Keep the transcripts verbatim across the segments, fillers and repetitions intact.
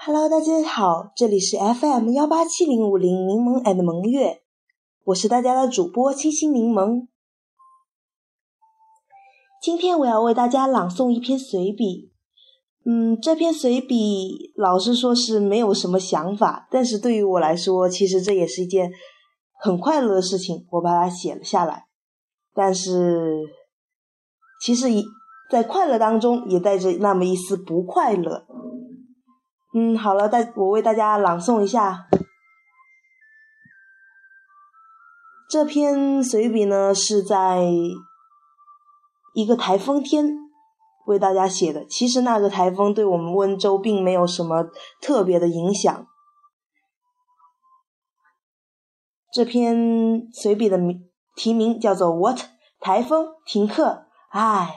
Hello， 大家好，这里是 F M 一八七零五零柠檬 and 萌月，我是大家的主播清新柠檬。今天我要为大家朗诵一篇随笔，嗯，这篇随笔老实说是没有什么想法，但是对于我来说，其实这也是一件很快乐的事情，我把它写了下来。但是，其实在快乐当中也带着那么一丝不快乐。嗯，好了，大我为大家朗诵一下这篇随笔呢，是在一个台风天为大家写的。其实那个台风对我们温州并没有什么特别的影响。这篇随笔的题名叫做 What？ 台风停课，唉。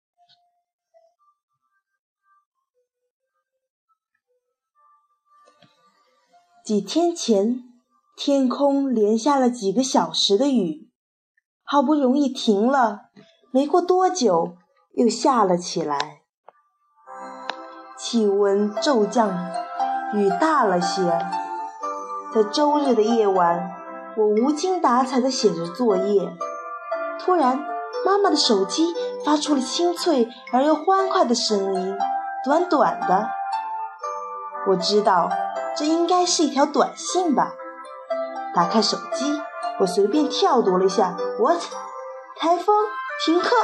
几天前，天空连下了几个小时的雨，好不容易停了，没过多久又下了起来。气温骤降，雨大了些。在周日的夜晚，我无精打采地写着作业，突然妈妈的手机发出了清脆而又欢快的声音，短短的。我知道这应该是一条短信吧。打开手机，我随便跳读了一下 What？ 台风停课。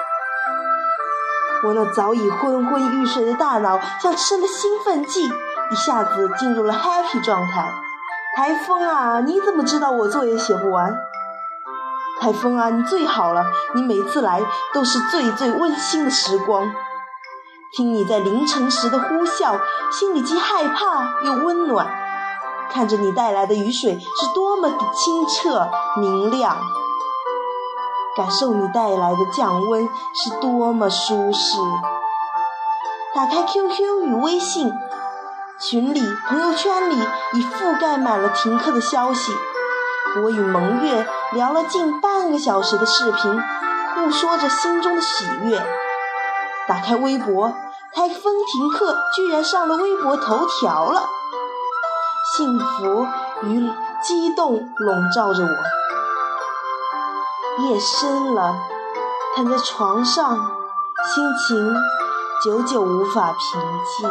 我那早已昏昏欲睡的大脑像吃了兴奋剂，一下子进入了 happy 状态。台风啊，你怎么知道我作业写不完？台风啊，你最好了，你每次来都是最最温馨的时光。听你在凌晨时的呼啸，心里既害怕又温暖。看着你带来的雨水是多么的清澈明亮，感受你带来的降温是多么舒适。打开 Q Q 与微信，群里朋友圈里已覆盖满了停课的消息。我与萌月聊了近半个小时的视频，互说着心中的喜悦。打开微博，台风停课居然上了微博头条了，幸福与激动笼罩着我。夜深了，躺在床上，心情久久无法平静。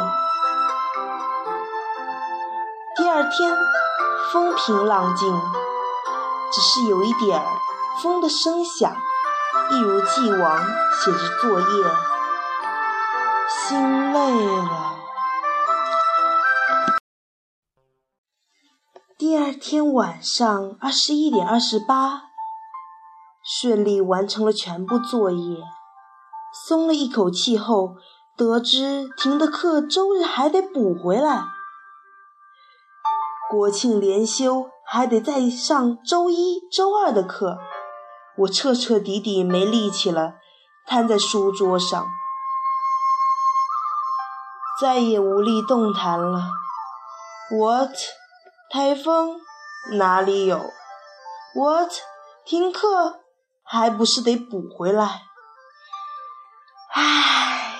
第二天风平浪静，只是有一点儿风的声响，一如既往写着作业，心累了。第二天晚上二十一点二十八，顺利完成了全部作业，松了一口气后，得知停的课周日还得补回来，国庆连休还得再上周一周二的课，我彻彻底底没力气了，瘫在书桌上，再也无力动弹了。 What？ 台风哪里有？ What？ 停课还不是得补回来？唉。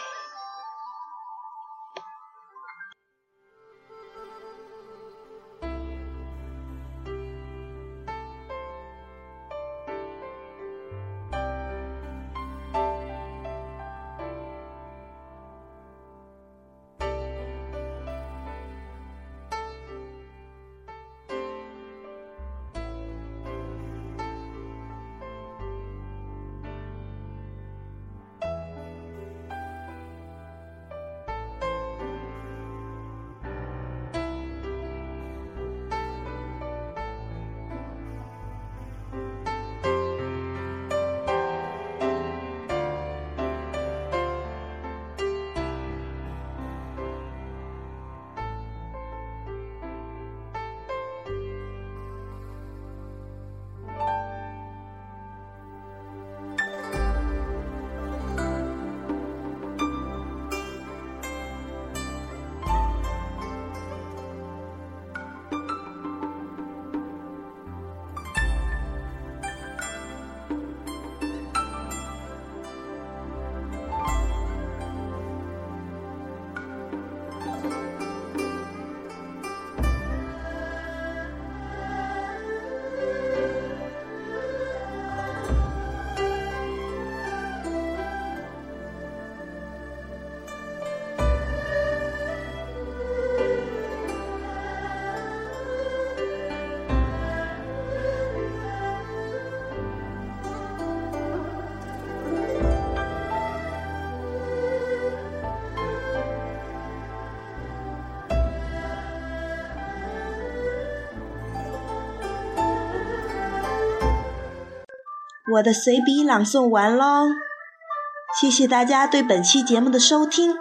我的随笔朗诵完喽，谢谢大家对本期节目的收听，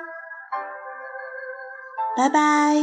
拜拜。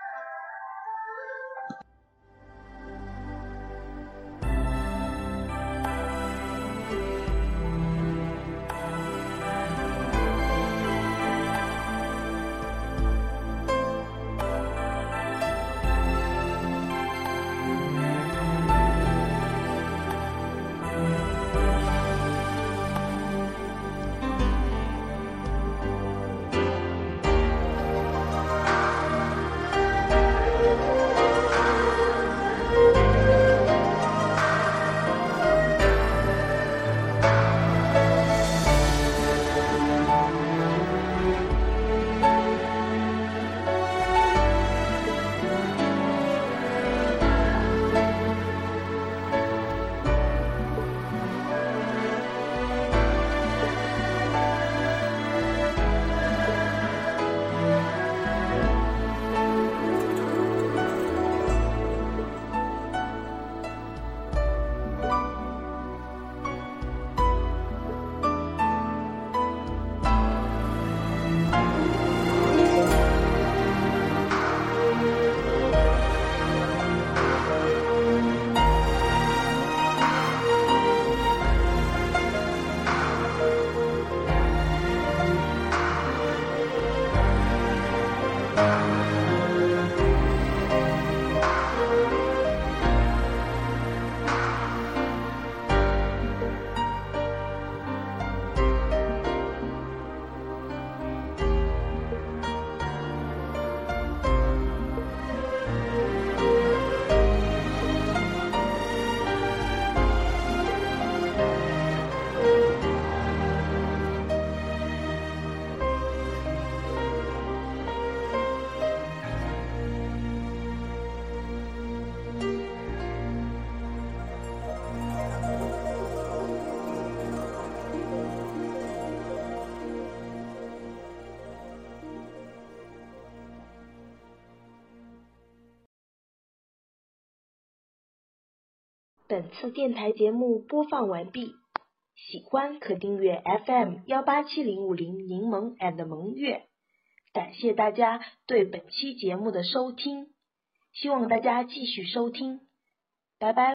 本次电台节目播放完毕，喜欢可订阅 F M 一八七零五零柠檬 and 萌月。感谢大家对本期节目的收听，希望大家继续收听，拜拜。